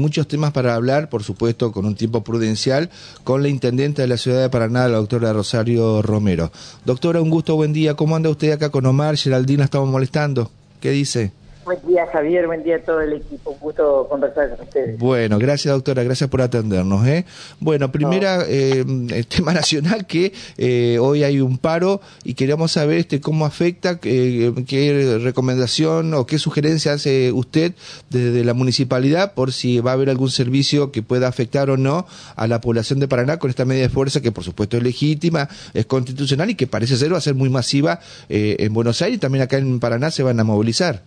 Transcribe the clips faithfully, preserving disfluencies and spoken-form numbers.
muchos temas para hablar, por supuesto, con un tiempo prudencial, con la intendenta de la ciudad de Paraná, la doctora Rosario Romero. Doctora, un gusto, buen día. ¿Cómo anda usted acá con Omar? Geraldina, estamos molestando. ¿Qué dice? Buen día, Javier, buen día a todo el equipo, un gusto conversar con ustedes. Bueno, gracias doctora, gracias por atendernos. ¿eh? Bueno, primera, eh, el tema nacional que eh, hoy hay un paro y queríamos saber este cómo afecta, eh, qué recomendación o qué sugerencia hace usted desde la municipalidad por si va a haber algún servicio que pueda afectar o no a la población de Paraná con esta medida de fuerza que por supuesto es legítima, es constitucional y que parece ser va a ser muy masiva eh, en Buenos Aires y también acá en Paraná se van a movilizar.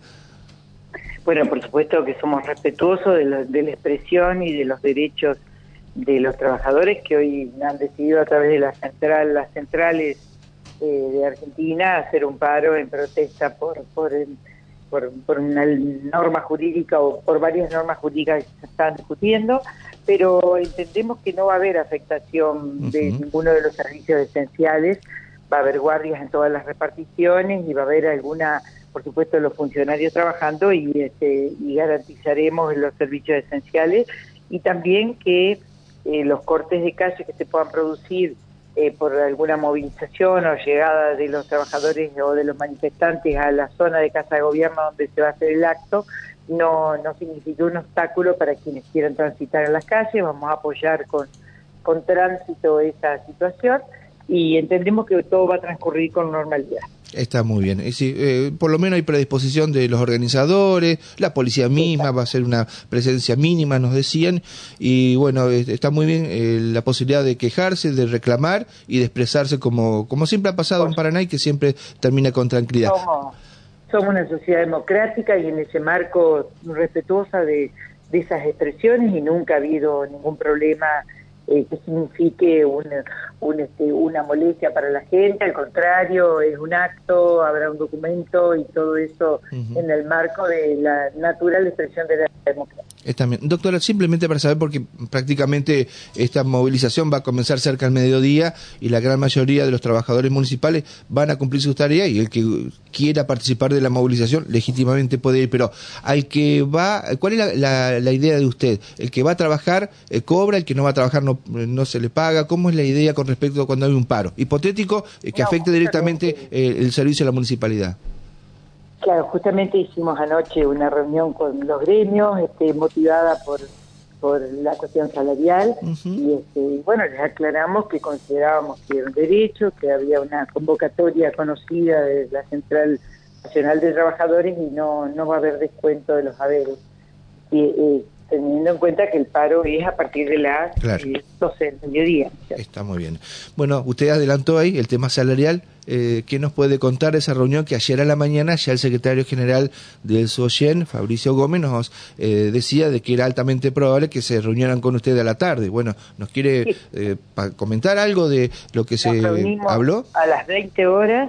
Bueno, por supuesto que somos respetuosos de, lo, de la expresión y de los derechos de los trabajadores que hoy han decidido a través de la central, las centrales eh, de Argentina hacer un paro en protesta por, por, por, por una norma jurídica o por varias normas jurídicas que se están discutiendo, pero entendemos que no va a haber afectación de uh-huh. ninguno de los servicios esenciales, va a haber guardias en todas las reparticiones y va a haber alguna... por supuesto los funcionarios trabajando y, este, y garantizaremos los servicios esenciales y también que eh, los cortes de calle que se puedan producir eh, por alguna movilización o llegada de los trabajadores o de los manifestantes a la zona de Casa de Gobierno donde se va a hacer el acto no, no significa un obstáculo para quienes quieran transitar en las calles. Vamos a apoyar con, con tránsito esa situación y entendemos que todo va a transcurrir con normalidad. Está muy bien. Es decir, eh, por lo menos hay predisposición de los organizadores, la policía misma va a ser una presencia mínima, nos decían, y bueno, eh, está muy bien eh, la posibilidad de quejarse, de reclamar y de expresarse como, como siempre ha pasado en Paraná y que siempre termina con tranquilidad. Somos, somos una sociedad democrática y en ese marco respetuosa de, de esas expresiones y nunca ha habido ningún problema Eh, que signifique una, un, este, una molestia para la gente, al contrario, es un acto, habrá un documento y todo eso uh-huh. en el marco de la natural expresión de la democracia. Está bien. Doctora, simplemente para saber, porque prácticamente esta movilización va a comenzar cerca del mediodía y la gran mayoría de los trabajadores municipales van a cumplir sus tareas y el que quiera participar de la movilización legítimamente puede ir, pero al que va, ¿cuál es la, la, la idea de usted? ¿El que va a trabajar eh, cobra, el que no va a trabajar no, no se le paga? ¿Cómo es la idea con respecto a cuando hay un paro hipotético eh, que no, afecte directamente eh, el servicio de la municipalidad? Claro, justamente hicimos anoche una reunión con los gremios, este, motivada por por la cuestión salarial, uh-huh. y este, bueno, les aclaramos que considerábamos que era un derecho, que había una convocatoria conocida de la Central Nacional de Trabajadores y no, no va a haber descuento de los haberes. Y, eh, teniendo en cuenta que el paro es a partir de las claro. eh, doce del mediodía. ¿Cierto? Está muy bien. Bueno, usted adelantó ahí el tema salarial. Eh, ¿Qué nos puede contar de esa reunión que ayer a la mañana ya el secretario general del SOGEN, Fabricio Gómez, nos eh, decía de que era altamente probable que se reunieran con usted a la tarde? Bueno, ¿nos quiere sí. eh, pa- comentar algo de lo que nos se habló? A las veinte horas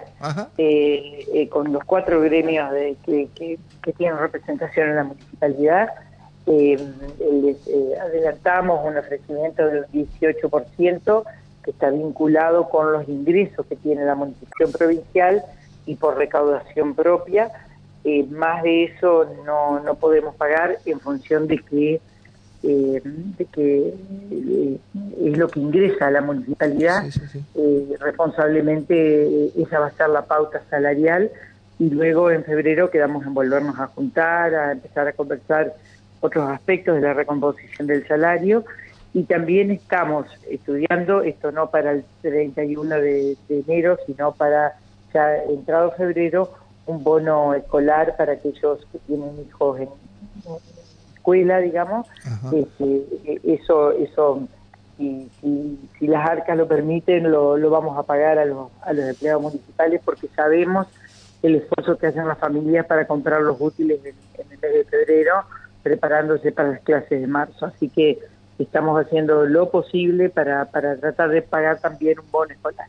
eh, eh, con los cuatro gremios de, que, que, que tienen representación en la municipalidad. Eh, les eh, adelantamos un ofrecimiento del dieciocho por ciento que está vinculado con los ingresos que tiene la municipalidad provincial y por recaudación propia. Eh, más de eso no, no podemos pagar en función de que, eh, de que eh, es lo que ingresa a la municipalidad. Sí, sí, sí. Eh, responsablemente eh, esa va a ser la pauta salarial y luego en febrero quedamos en volvernos a juntar, a empezar a conversar otros aspectos de la recomposición del salario y también estamos estudiando, esto no para el treinta y uno de, de enero, sino para ya entrado febrero, un bono escolar para aquellos que tienen hijos en, en escuela, digamos. Este, eso, eso si, si, si las arcas lo permiten, lo, lo vamos a pagar a los, a los empleados municipales porque sabemos el esfuerzo que hacen las familias para comprar los útiles en, en el mes de febrero, preparándose para las clases de marzo. Así que estamos haciendo lo posible para, para tratar de pagar también un bono escolar.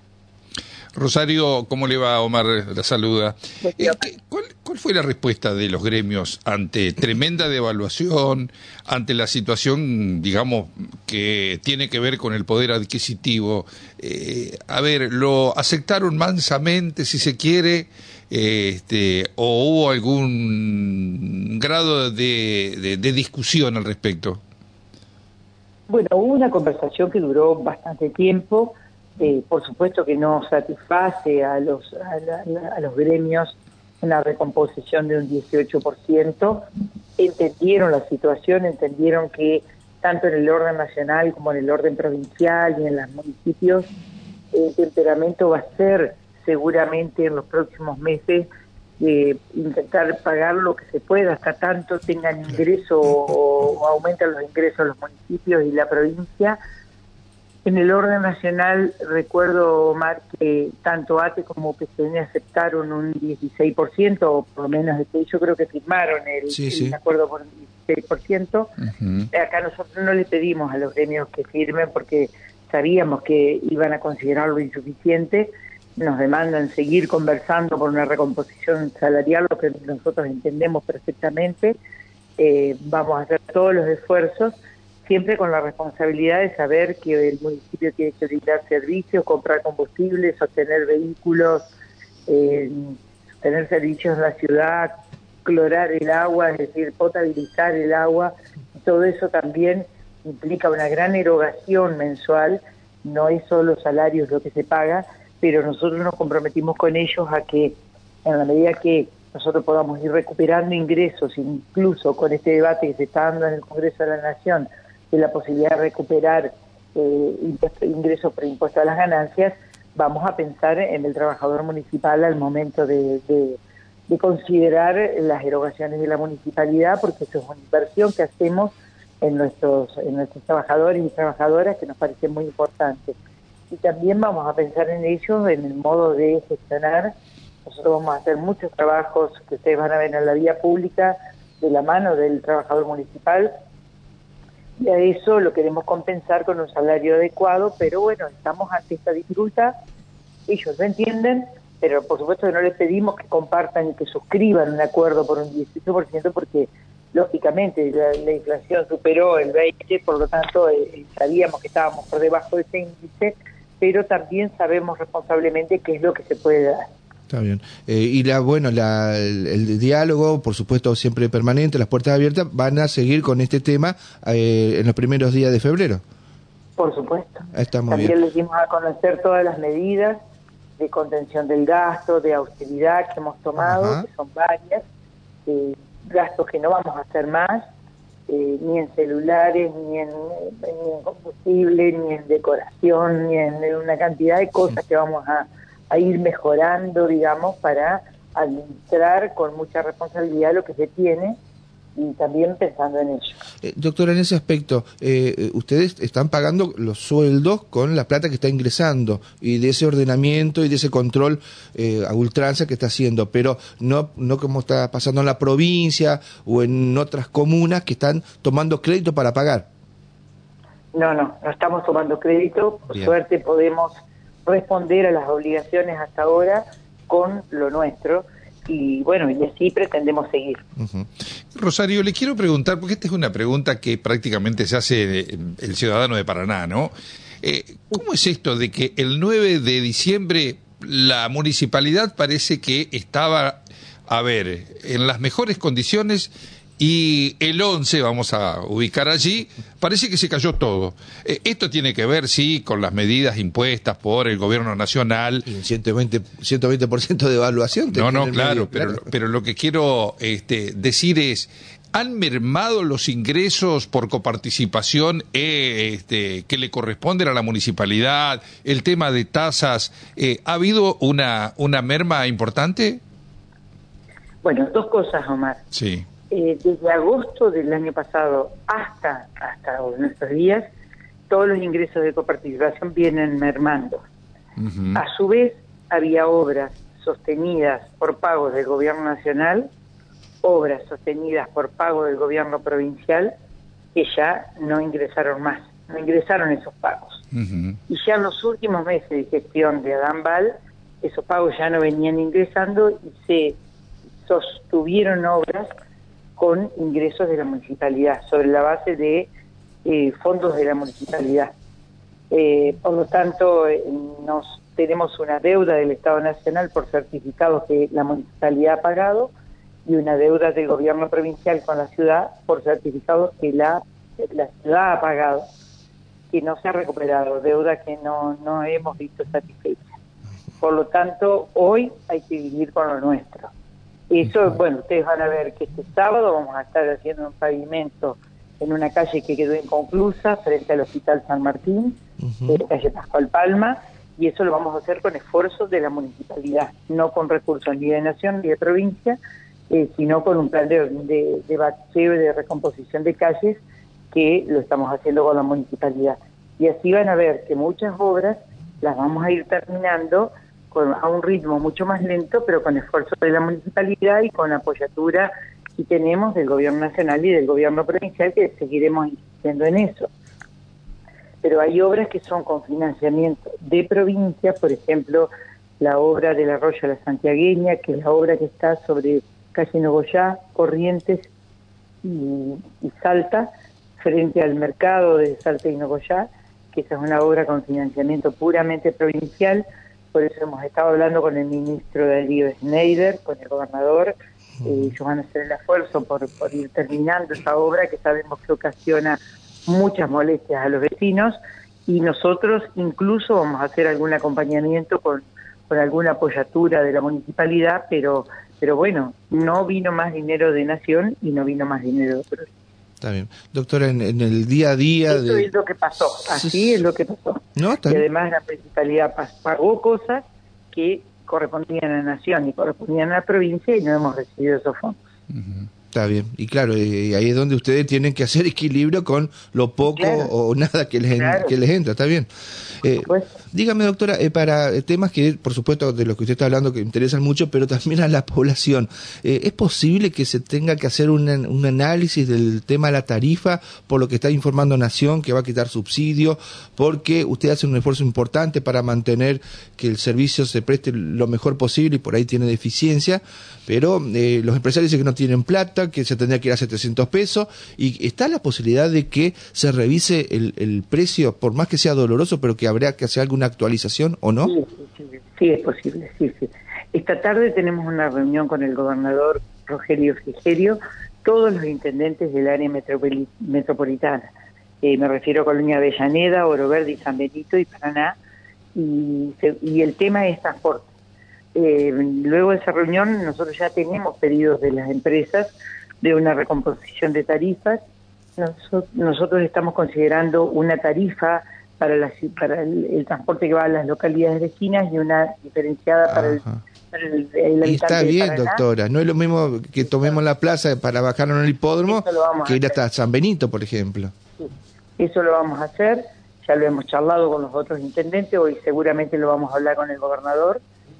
Rosario, ¿cómo le va? Omar la saluda. Eh, ¿cuál, ¿Cuál fue la respuesta de los gremios ante tremenda devaluación, ante la situación, digamos, que tiene que ver con el poder adquisitivo? Eh, a ver, ¿lo aceptaron mansamente, si se quiere, eh, este, o hubo algún grado de, de, de discusión al respecto? Bueno, hubo una conversación que duró bastante tiempo, eh, por supuesto que no satisface a los, a, la, a los gremios una recomposición de un dieciocho por ciento, entendieron la situación, entendieron que tanto en el orden nacional como en el orden provincial y en los municipios, el temperamento va a ser seguramente en los próximos meses de intentar pagar lo que se pueda, hasta tanto tengan ingreso o, o aumenten los ingresos los municipios y la provincia. En el orden nacional, recuerdo, Omar, que tanto A T E como P C N aceptaron un dieciséis por ciento, o por lo menos yo creo que firmaron el, sí, sí. el acuerdo por un dieciséis por ciento. Uh-huh. Acá nosotros no le pedimos a los gremios que firmen porque sabíamos que iban a considerarlo insuficiente. Nos demandan seguir conversando por una recomposición salarial, lo que nosotros entendemos perfectamente. Eh, vamos a hacer todos los esfuerzos, siempre con la responsabilidad de saber que el municipio tiene que brindar servicios, comprar combustibles, sostener vehículos, eh, tener servicios en la ciudad, clorar el agua, es decir, potabilizar el agua. Todo eso también implica una gran erogación mensual, no es solo salarios lo que se paga, pero nosotros nos comprometimos con ellos a que en la medida que nosotros podamos ir recuperando ingresos, incluso con este debate que se está dando en el Congreso de la Nación, de la posibilidad de recuperar eh, ingresos por impuesto a las ganancias, vamos a pensar en el trabajador municipal al momento de, de, de considerar las erogaciones de la municipalidad, porque eso es una inversión que hacemos en nuestros, en nuestros trabajadores y trabajadoras, que nos parece muy importante. Y también vamos a pensar en ellos, en el modo de gestionar. Nosotros vamos a hacer muchos trabajos que ustedes van a ver en la vía pública de la mano del trabajador municipal, y a eso lo queremos compensar con un salario adecuado, pero bueno, estamos ante esta dificultad, ellos lo entienden, pero por supuesto que no les pedimos que compartan y que suscriban un acuerdo por un dieciocho por ciento, porque lógicamente la, la inflación superó el veinte por ciento, por lo tanto eh, sabíamos que estábamos por debajo de ese índice, pero también sabemos responsablemente qué es lo que se puede dar. Está bien. Eh, y la bueno, la, el, el diálogo, por supuesto, siempre permanente, las puertas abiertas, van a seguir con este tema eh, en los primeros días de febrero. Por supuesto. Está muy También bien. les dimos a conocer todas las medidas de contención del gasto, de austeridad que hemos tomado, Ajá. que son varias, eh, gastos que no vamos a hacer más, eh, ni en celulares, ni en, ni en combustible, ni en decoración, ni en, en una cantidad de cosas que vamos a, a ir mejorando, digamos, para administrar con mucha responsabilidad lo que se tiene y también pensando en ello. Eh, doctora, en ese aspecto, eh, ustedes están pagando los sueldos con la plata que está ingresando y de ese ordenamiento y de ese control eh, a ultranza que está haciendo, pero no no como está pasando en la provincia o en otras comunas que están tomando crédito para pagar. No, no, no estamos tomando crédito, por Bien. Suerte podemos responder a las obligaciones hasta ahora con lo nuestro. Y bueno, y así pretendemos seguir. Uh-huh. Rosario, le quiero preguntar, porque esta es una pregunta que prácticamente se hace el ciudadano de Paraná, ¿no? Eh, ¿Cómo es esto de que el nueve de diciembre la municipalidad parece que estaba, a ver, en las mejores condiciones y el once, vamos a ubicar allí, parece que se cayó todo? Eh, esto tiene que ver, sí, con las medidas impuestas por el gobierno nacional. Y un ciento veinte por ciento de evaluación. No, no, claro, medio, pero, claro, pero lo que quiero este, decir es, ¿han mermado los ingresos por coparticipación eh, este, que le corresponden a la municipalidad? El tema de tasas, eh, ¿ha habido una, una merma importante? Bueno, dos cosas, Omar. Sí. Eh, desde agosto del año pasado hasta hasta nuestros días, todos los ingresos de coparticipación vienen mermando. Uh-huh. A su vez, había obras sostenidas por pagos del gobierno nacional, obras sostenidas por pago del gobierno provincial, que ya no ingresaron más, no ingresaron esos pagos. Uh-huh. Y ya en los últimos meses de gestión de Adán Bal, esos pagos ya no venían ingresando y se sostuvieron obras con ingresos de la municipalidad, sobre la base de eh, fondos de la municipalidad. Eh, por lo tanto, eh, nos tenemos una deuda del Estado Nacional por certificados que la municipalidad ha pagado y una deuda del gobierno provincial con la ciudad por certificados que la, la ciudad ha pagado. que no se ha recuperado, deuda que no, no hemos visto satisfecha. Por lo tanto, hoy hay que vivir con lo nuestro. Eso, bueno, ustedes van a ver que este sábado vamos a estar haciendo un pavimento en una calle que quedó inconclusa frente al Hospital San Martín, uh-huh. eh, calle Pascual Palma, y eso lo vamos a hacer con esfuerzos de la municipalidad, no con recursos ni de nación ni de provincia, eh, sino con un plan de, de, de bacheo y de recomposición de calles que lo estamos haciendo con la municipalidad. Y así van a ver que muchas obras las vamos a ir terminando con, a un ritmo mucho más lento, pero con esfuerzo de la municipalidad y con apoyatura que tenemos del gobierno nacional y del gobierno provincial, que seguiremos insistiendo en eso. Pero hay obras que son con financiamiento de provincia, por ejemplo, la obra del Arroyo La Santiagueña, que es la obra que está sobre calle Nogoyá, Corrientes y, y Salta, frente al mercado de Salta y Nogoyá, que esa es una obra con financiamiento puramente provincial. Por eso hemos estado hablando con el ministro Darío Schneider, con el gobernador. Eh, ellos van a hacer el esfuerzo por, por ir terminando esa obra que sabemos que ocasiona muchas molestias a los vecinos, y nosotros incluso vamos a hacer algún acompañamiento con, con alguna apoyatura de la municipalidad, pero pero bueno, no vino más dinero de nación y no vino más dinero de provincia. Está bien. Doctora, en, en el día a día... Eso de... es lo que pasó, así es lo que pasó. No, está y bien. Además la municipalidad pagó cosas que correspondían a la nación y correspondían a la provincia y no hemos recibido esos fondos. Uh-huh. Está bien, y claro, y ahí es donde ustedes tienen que hacer equilibrio con lo poco claro. o nada que les, claro. que les entra, está bien. Eh, dígame, doctora, eh, para temas que, por supuesto, de los que usted está hablando, que interesan mucho, pero también a la población, eh, ¿es posible que se tenga que hacer un, un análisis del tema de la tarifa, por lo que está informando Nación, que va a quitar subsidio, porque usted hace un esfuerzo importante para mantener que el servicio se preste lo mejor posible y por ahí tiene deficiencia, pero eh, los empresarios dicen que no tienen plata, que se tendría que ir a setecientos pesos, y está la posibilidad de que se revise el, el precio, por más que sea doloroso, pero que habría que hacer alguna actualización, ¿o no? Sí, sí, sí, sí es posible, sí, sí. Esta tarde tenemos una reunión con el gobernador Rogelio Frigerio, todos los intendentes del área metropoli- metropolitana, eh, me refiero a Colonia Avellaneda, Oro Verde y San Benito y Paraná, y, se, y el tema es transporte. Eh, luego de esa reunión nosotros ya tenemos pedidos de las empresas de una recomposición de tarifas. Nosotros, nosotros estamos considerando una tarifa para, la, para el, el transporte que va a las localidades vecinas y una diferenciada para el, para el, el habitante. Y está bien, de Paraná. Doctora, no es lo mismo que tomemos la plaza para bajarnos en el hipódromo que ir hasta San Benito, por ejemplo. Sí, eso lo vamos a hacer, ya lo hemos charlado con los otros intendentes, hoy seguramente lo vamos a hablar con el gobernador.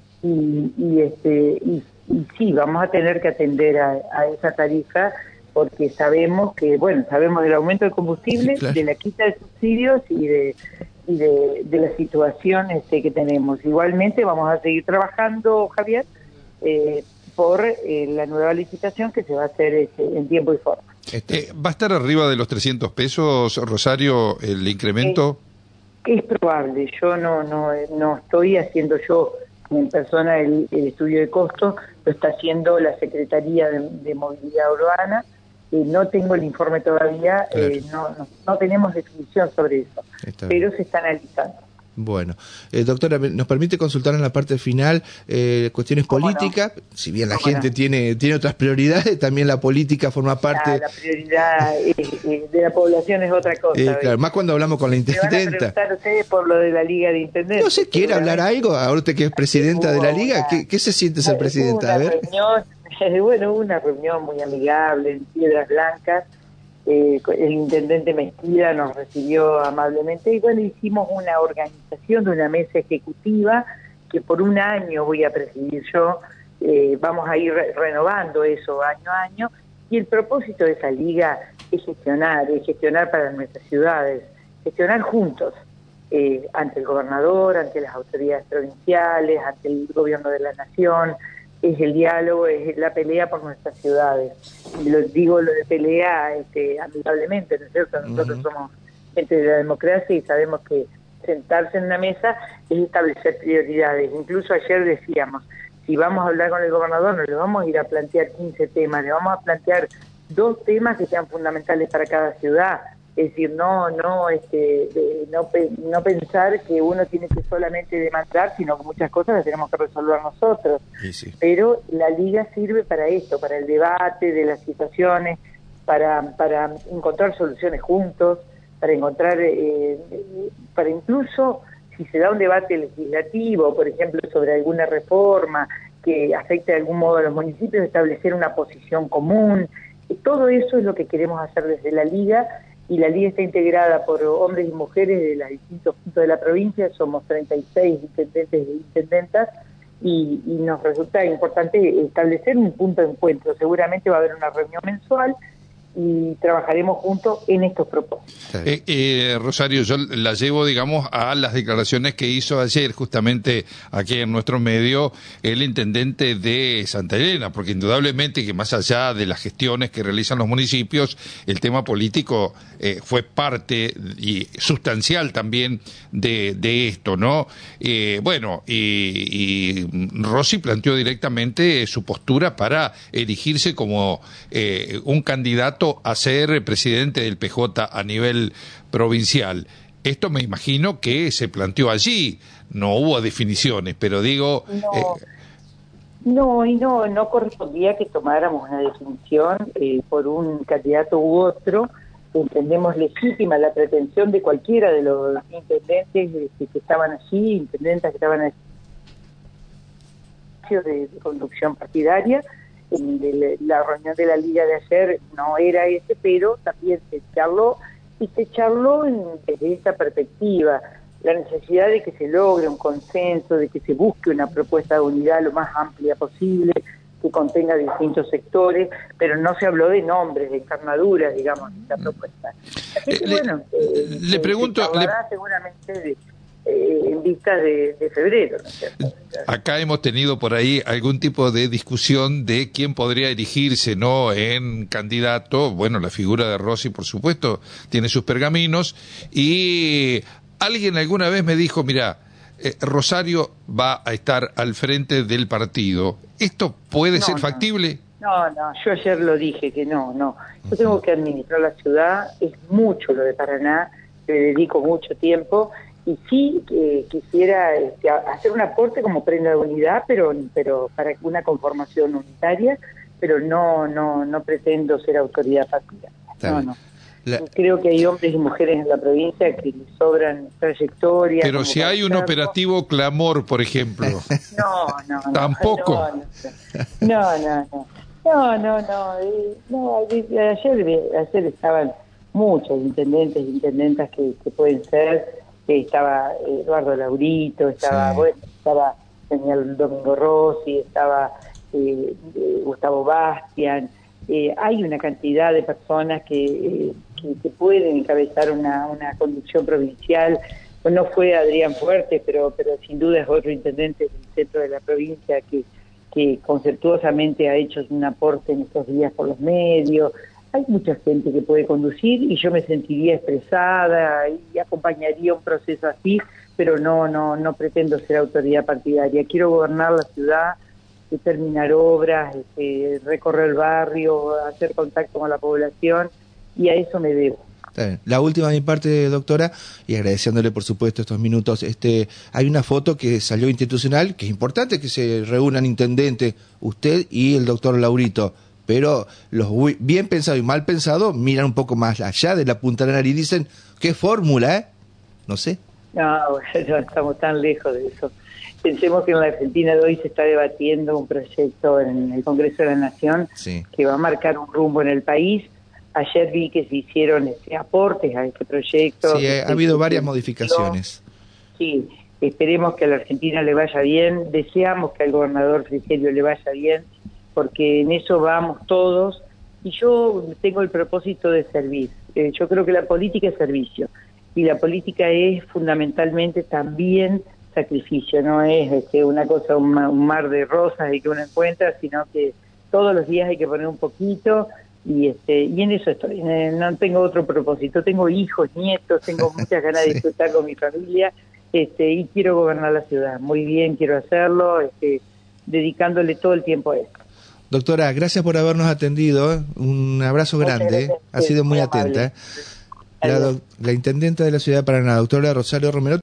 Y, y este y, y sí, vamos a tener que atender a, a esa tarifa, porque sabemos que, bueno, sabemos del aumento del combustible, sí, claro. de la quita de subsidios y de y de, de la situación este, que tenemos. Igualmente vamos a seguir trabajando, Javier, eh, por eh, la nueva licitación que se va a hacer este, en tiempo y forma. Este, ¿Va a estar arriba de los trescientos pesos, Rosario, el incremento? Es, es probable, yo no, no, no estoy haciendo yo en persona el, el estudio de costos, lo está haciendo la Secretaría de, de Movilidad Urbana, eh, no tengo el informe todavía, claro. eh, no, no, no tenemos definición sobre eso, está pero bien. Se está analizando. Bueno, eh, doctora, nos permite consultar en la parte final eh, cuestiones políticas, no? Si bien la gente no? tiene tiene otras prioridades, también la política forma parte... Ah, la prioridad eh, eh, de la población es otra cosa. Eh, claro, más cuando hablamos con la intendenta. Me van a preguntar ustedes por lo de la Liga de Intendentes. No sé, ¿quiere hablar algo? Ahora usted que es presidenta de la Liga, una, ¿qué, qué se siente ser presidenta? A ver. Reunión, bueno, una reunión muy amigable en Piedras Blancas. Eh, el intendente Mezquida nos recibió amablemente y bueno, hicimos una organización de una mesa ejecutiva que por un año voy a presidir yo, eh, vamos a ir re- renovando eso año a año, y el propósito de esa liga es gestionar, es gestionar para nuestras ciudades, gestionar juntos, eh, ante el gobernador, ante las autoridades provinciales, ante el gobierno de la nación. Es el diálogo, es la pelea por nuestras ciudades. Y lo digo lo de pelea este, amigablemente, ¿no es cierto? Nosotros uh-huh. somos gente de la democracia y sabemos que sentarse en una mesa es establecer prioridades. Incluso ayer decíamos, si vamos a hablar con el gobernador, no le vamos a ir a plantear quince temas, le vamos a plantear dos temas que sean fundamentales para cada ciudad. Es decir, no no este de, no, no pensar que uno tiene que solamente demandar, sino que muchas cosas las tenemos que resolver nosotros. Sí, sí. Pero la Liga sirve para esto, para el debate de las situaciones, para para encontrar soluciones juntos, para encontrar, eh, para incluso si se da un debate legislativo, por ejemplo, sobre alguna reforma que afecte de algún modo a los municipios, establecer una posición común. Todo eso es lo que queremos hacer desde la Liga, y la Liga está integrada por hombres y mujeres de los distintos puntos de la provincia. Somos treinta y seis intendentes e intendentas, y, y nos resulta importante establecer un punto de encuentro. Seguramente va a haber una reunión mensual y trabajaremos juntos en estos propósitos. Eh, eh, Rosario, yo la llevo, digamos, a las declaraciones que hizo ayer justamente aquí en nuestro medio el intendente de Santa Elena, porque indudablemente que más allá de las gestiones que realizan los municipios, el tema político eh, fue parte y sustancial también de, de esto, ¿no? Eh, bueno, y, y Rossi planteó directamente su postura para erigirse como eh, un candidato a ser presidente del P J a nivel provincial. Esto me imagino que se planteó allí, no hubo definiciones, pero digo... No, eh... no y no, no correspondía que tomáramos una definición eh, por un candidato u otro. Entendemos legítima la pretensión de cualquiera de los intendentes que, que estaban allí, intendentas que estaban allí, de, de conducción partidaria. De la reunión de la Liga de ayer no era ese, pero también se charló, y se charló en, desde esa perspectiva, la necesidad de que se logre un consenso, de que se busque una propuesta de unidad lo más amplia posible, que contenga distintos sectores, pero no se habló de nombres, de encarnaduras, digamos, de esta propuesta. Así que, le, bueno, eh, le pregunto... se hablará le... seguramente de... Eh, en vista de, de febrero, ¿no es cierto? Acá hemos tenido por ahí algún tipo de discusión de quién podría erigirse, ¿no?, en candidato. Bueno, la figura de Rossi, por supuesto, tiene sus pergaminos, y alguien alguna vez me dijo, mira, eh, Rosario va a estar al frente del partido. ¿Esto puede no, ser no. factible? No, no, yo ayer lo dije que no, no. Yo tengo que administrar la ciudad, es mucho lo de Paraná, le dedico mucho tiempo, y sí eh, quisiera este, hacer un aporte como prenda de unidad, pero pero para una conformación unitaria, pero no no no pretendo ser autoridad partidaria. No, no. La... Creo que hay hombres y mujeres en la provincia que les sobran trayectorias. Pero si hay un operativo Clamor, por ejemplo. No, no, no. Tampoco. No, no, no. No, no, no. Eh, no ayer, ayer estaban muchos intendentes e intendentas que, que pueden ser. Estaba Eduardo Laurito, estaba sí. bueno, estaba el Domingo Rossi, estaba eh, eh, Gustavo Bastian. Eh, hay una cantidad de personas que, eh, que, que pueden encabezar una, una conducción provincial. No fue Adrián Fuerte, pero pero sin duda es otro intendente del centro de la provincia que, que conceptuosamente ha hecho un aporte en estos días por los medios. Hay mucha gente que puede conducir, y yo me sentiría expresada y acompañaría un proceso así, pero no no no pretendo ser autoridad partidaria. Quiero gobernar la ciudad, terminar obras, este, recorrer el barrio, hacer contacto con la población, y a eso me debo. La última de mi parte, doctora, y agradeciéndole por supuesto estos minutos. Este, hay una foto que salió institucional, que es importante que se reúnan intendentes, usted y el doctor Laurito, pero los bien pensados y mal pensados miran un poco más allá de la punta de la nariz y dicen, ¿qué fórmula, eh? No sé. No, no estamos tan lejos de eso. Pensemos que en la Argentina de hoy se está debatiendo un proyecto en el Congreso de la Nación, sí, que va a marcar un rumbo en el país. Ayer vi que se hicieron este, aportes a este proyecto. Sí, ha este, habido varias modificaciones. Sí, esperemos que a la Argentina le vaya bien, deseamos que al gobernador Frigerio le vaya bien, porque en eso vamos todos, y yo tengo el propósito de servir. Eh, yo creo que la política es servicio, y la política es fundamentalmente también sacrificio, no es este, una cosa, un, ma un mar de rosas y que uno encuentra, sino que todos los días hay que poner un poquito, y este y en eso estoy. No tengo otro propósito, tengo hijos, nietos, tengo muchas ganas sí. de disfrutar con mi familia, este y quiero gobernar la ciudad muy bien, quiero hacerlo, este, dedicándole todo el tiempo a eso. Doctora, gracias por habernos atendido, ¿eh? Un abrazo grande, ¿eh? Ha sido muy, muy atenta. ¿Eh? la, la intendenta de la ciudad de Paraná, doctora Rosario Romero.